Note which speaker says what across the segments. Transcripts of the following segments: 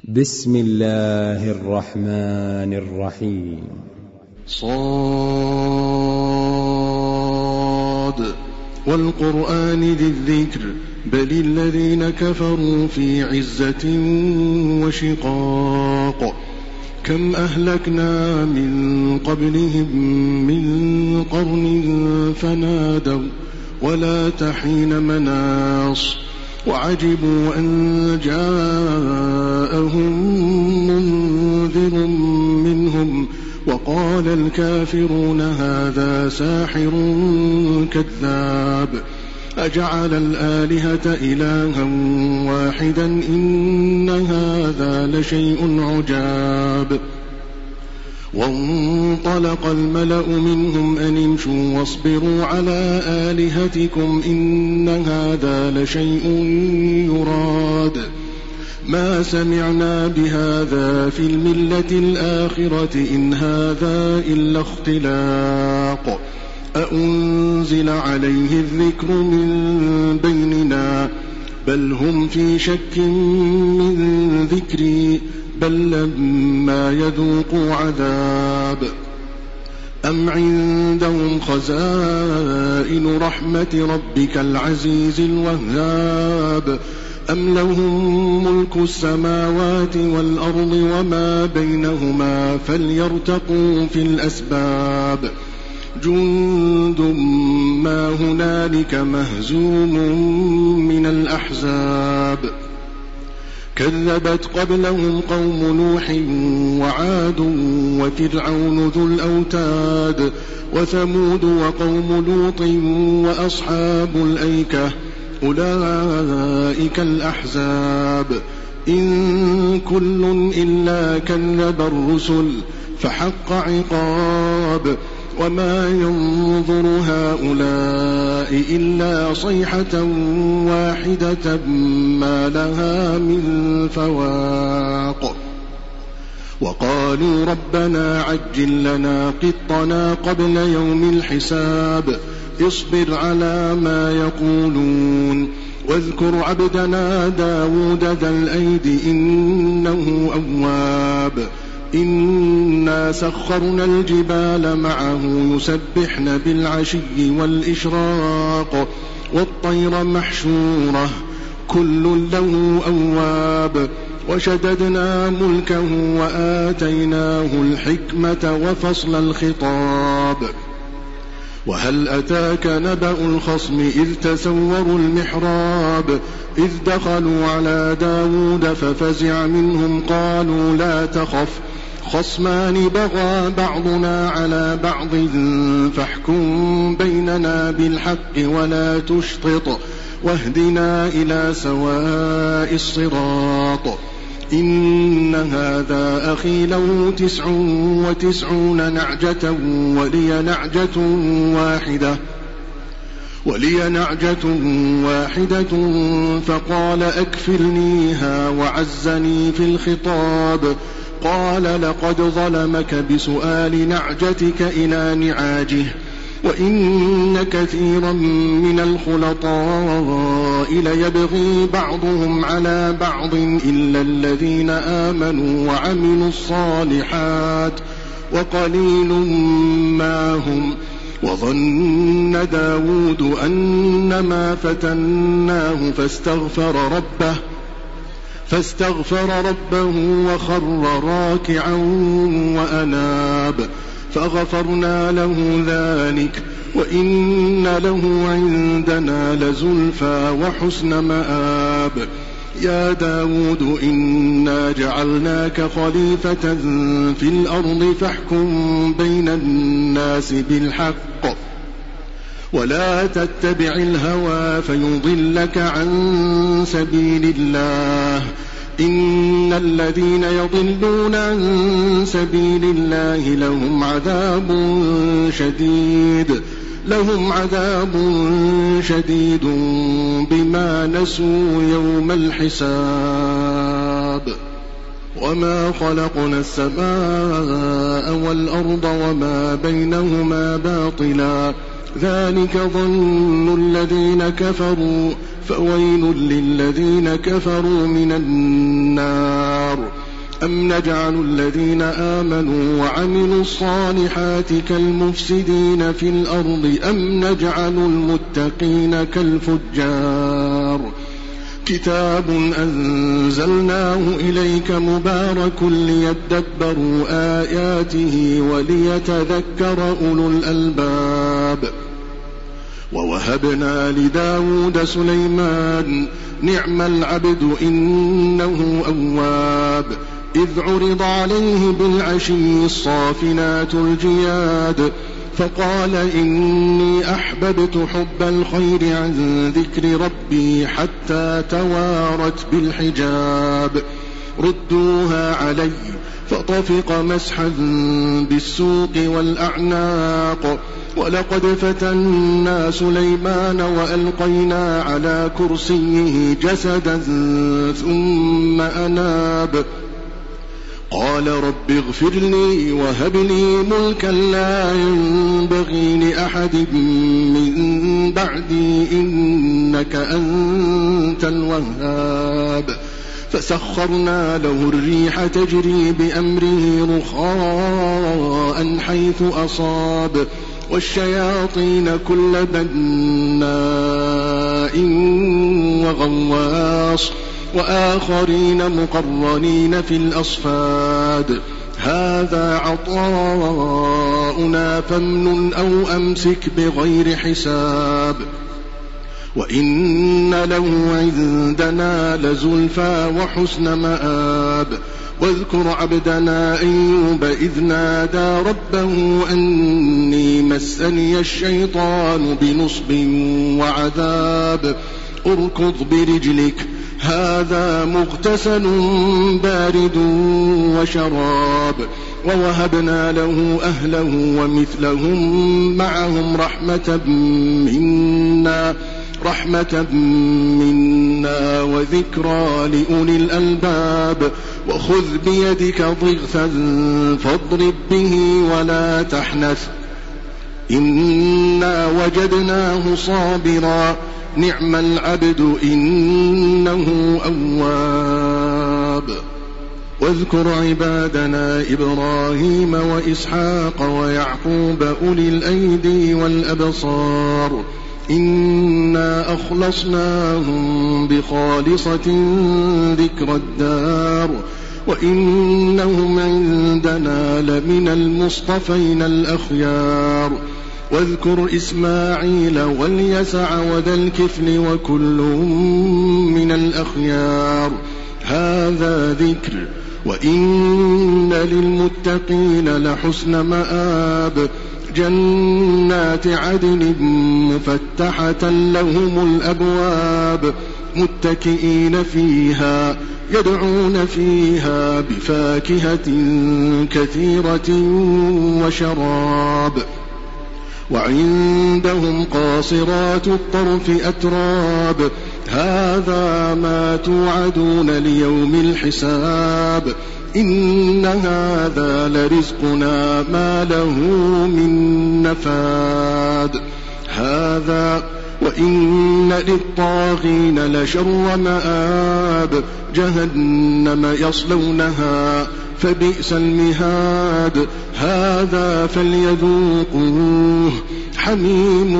Speaker 1: بسم الله الرحمن الرحيم.
Speaker 2: صاد والقرآن ذي الذكر بل الذين كفروا في عزة وشقاق كم أهلكنا من قبلهم من قرن فنادوا ولا تحين مناص وعجبوا أن جاءهم منذر منهم وقال الكافرون هذا ساحر كذاب أجعل الآلهة إلها واحدا إن هذا لشيء عجاب وانطلق الملأ منهم أن امشوا واصبروا على آلهتكم إن هذا لشيء يراد ما سمعنا بهذا في الملة الآخرة إن هذا إلا اختلاق أأنزل عليه الذكر من بيننا بل هم في شك من ذكري بل لما يذوقوا عذاب أم عندهم خزائن رحمة ربك العزيز الوهاب أم لهم ملك السماوات والأرض وما بينهما فليرتقوا في الأسباب جند ما هنالك مهزوم من الأحزاب كذبت قبلهم قوم نوح وعاد وفرعون ذو الأوتاد وثمود وقوم لوط وأصحاب الأيكة أولئك الأحزاب إن كل إلا كذب الرسل فحق عقاب وما ينظر هؤلاء إلا صيحة واحدة ما لها من فواق وقالوا ربنا عجل لنا قطنا قبل يوم الحساب اصبر على ما يقولون واذكر عبدنا داود ذا الأيد إنه أواب إنا سخرنا الجبال معه يسبحن بالعشي والإشراق والطير محشورة كل له أواب وشددنا ملكه وآتيناه الحكمة وفصل الخطاب وهل أتاك نبأ الخصم إذ تسوروا المحراب إذ دخلوا على داود ففزع منهم قالوا لا تخف خصمان بغى بعضنا على بعض فاحكم بيننا بالحق ولا تشطط واهدنا إلى سواء الصراط إن هذا أخي له 99 نعجة ولي نعجة واحدة فقال أكفلنيها وعزني في الخطاب قال لقد ظلمك بسؤال نعجتك إلى نعاجه وإن كثيرا من الخلطاء ليبغي بعضهم على بعض إلا الذين آمنوا وعملوا الصالحات وقليل ما هم وظن داود أنما فتناه فاستغفر ربه وخر راكعا وأناب فغفرنا له ذلك وإن له عندنا لزلفى وحسن مآب يا داود إنا جعلناك خليفة في الأرض فاحكم بين الناس بالحق ولا تتبع الهوى فيضلك عن سبيل الله إن الذين يضلون عن سبيل الله لهم عذاب شديد بما نسوا يوم الحساب وما خلقنا السماء والأرض وما بينهما باطلا ذلك ظن الذين كفروا فويل للذين كفروا من النار أم نجعل الذين آمنوا وعملوا الصالحات كالمفسدين في الأرض أم نجعل المتقين كالفجار كتاب أنزلناه إليك مبارك ليدبروا آياته وليتذكر أولو الألباب ووهبنا لداود سليمان نعم العبد إنه أواب إذ عرض عليه بالعشي الصافنات الجياد فقال إني أحببت حب الخير عن ذكر ربي حتى توارت بالحجاب ردوها علي فطفق مسحا بالسوق والأعناق ولقد فتنا سليمان وألقينا على كرسيه جسدا ثم أناب قال رب اغفر لي وهب لي ملكا لا ينبغي لأحد من بعدي إنك أنت الوهاب فسخرنا له الريح تجري بأمره رخاء حيث أصاب والشياطين كل بناء وغواص وآخرين مقرنين في الأصفاد هذا عطاؤنا فامنن أو أمسك بغير حساب وإن له عندنا لزلفى وحسن مآب واذكر عبدنا أيوب إذ نادى ربه أني مسني الشيطان بنصب وعذاب اركض برجلك هذا مغتسل بارد وشراب ووهبنا له أهله ومثلهم معهم رحمة منا وذكرى لأولي الألباب وخذ بيدك ضغثا فاضرب به ولا تحنث إنا وجدناه صابرا نعم العبد إنه أواب واذكر عبادنا إبراهيم وإسحاق ويعقوب أولي الأيدي والأبصار إنا أخلصناهم بخالصة ذكر الدار وإنهم عندنا لمن المصطفين الأخيار واذكر إسماعيل واليسع وذا الكفل وكل من الأخيار هذا ذكر وإن للمتقين لحسن مآب جنات عدن مفتحة لهم الأبواب متكئين فيها يدعون فيها بفاكهة كثيرة وشراب وعندهم قاصرات الطرف أتراب هذا ما توعدون ليوم الحساب إن هذا لرزقنا ما له من نفاد هذا وإن للطاغين لشر مآب جهنم يصلونها فبئس المهاد هذا فليذوقوه حميم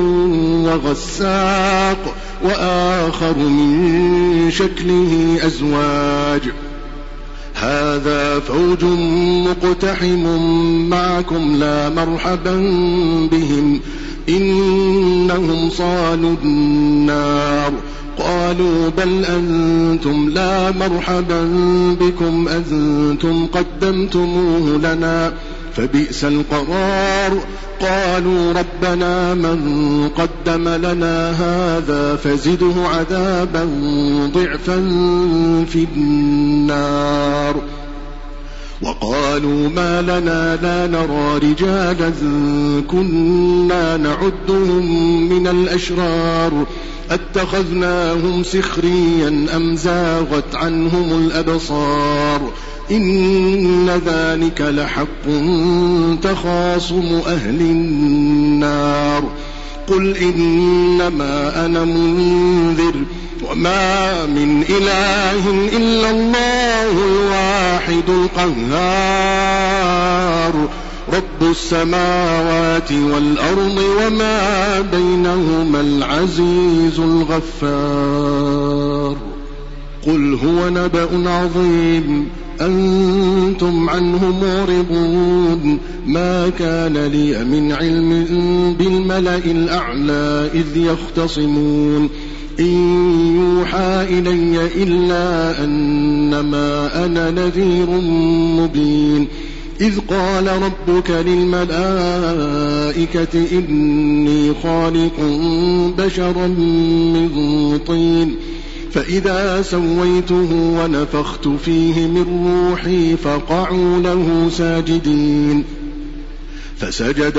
Speaker 2: وغساق وآخر من شكله أزواج هذا فوج مقتحم معكم لا مرحبا بهم إنهم صالوا النار قالوا بل أنتم لا مرحبا بكم أنتم قدمتموه لنا فبئس القرار قالوا ربنا من قدم لنا هذا فزده عذابا ضعفا في النار وقالوا ما لنا لا نرى رجالا كنا نعدهم من الأشرار اتخذناهم سخريا أم زاغت عنهم الأبصار إن ذلك لحق تخاصم أهل النار قل إنما أنا منذر وما من إله إلا الله الواحد الواحد القهار رب السماوات والأرض وما بينهما العزيز الغفار قل هو نبأ عظيم أنتم عنه معرضون ما كان لي من علم بالملأ الأعلى إذ يختصمون إن يوحى إلي إلا أنما أنا نذير مبين إذ قال ربك للملائكة إني خالق بشرا من طين فإذا سويته ونفخت فيه من روحي فقعوا له ساجدين فسجد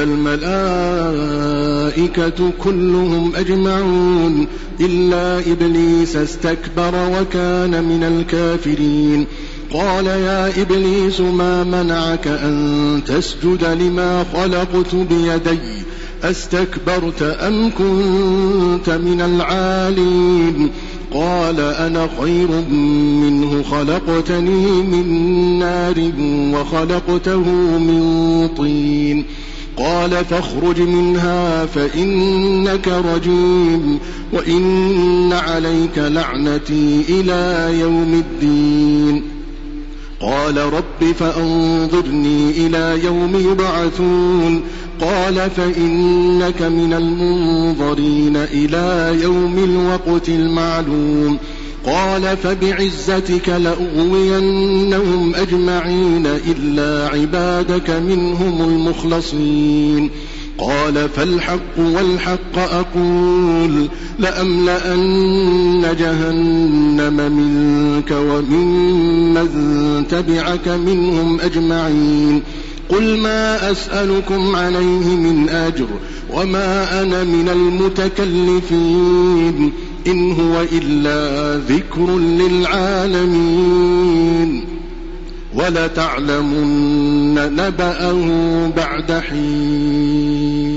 Speaker 2: الملائكة كلهم أجمعون إلا إبليس استكبر وكان من الكافرين قال يا إبليس ما منعك أن تسجد لما خلقت بيدي أستكبرت أم كنت من العالين قال أنا خير منه خلقتني من نار وخلقته من طين قال فاخرج منها فإنك رجيم وإن عليك لعنتي إلى يوم الدين قال رب فأنظرني إلى يوم يبعثون قال فإنك من المنظرين إلى يوم الوقت المعلوم قال فبعزتك لأغوينهم أجمعين إلا عبادك منهم المخلصين قال فالحق والحق أقول لأملأن جهنم منك وممن تبعك منهم أجمعين قل ما أسألكم عليه من أجر وما أنا من المتكلفين إن هو إلا ذكر للعالمين ولتعلمن نبأه بعد حين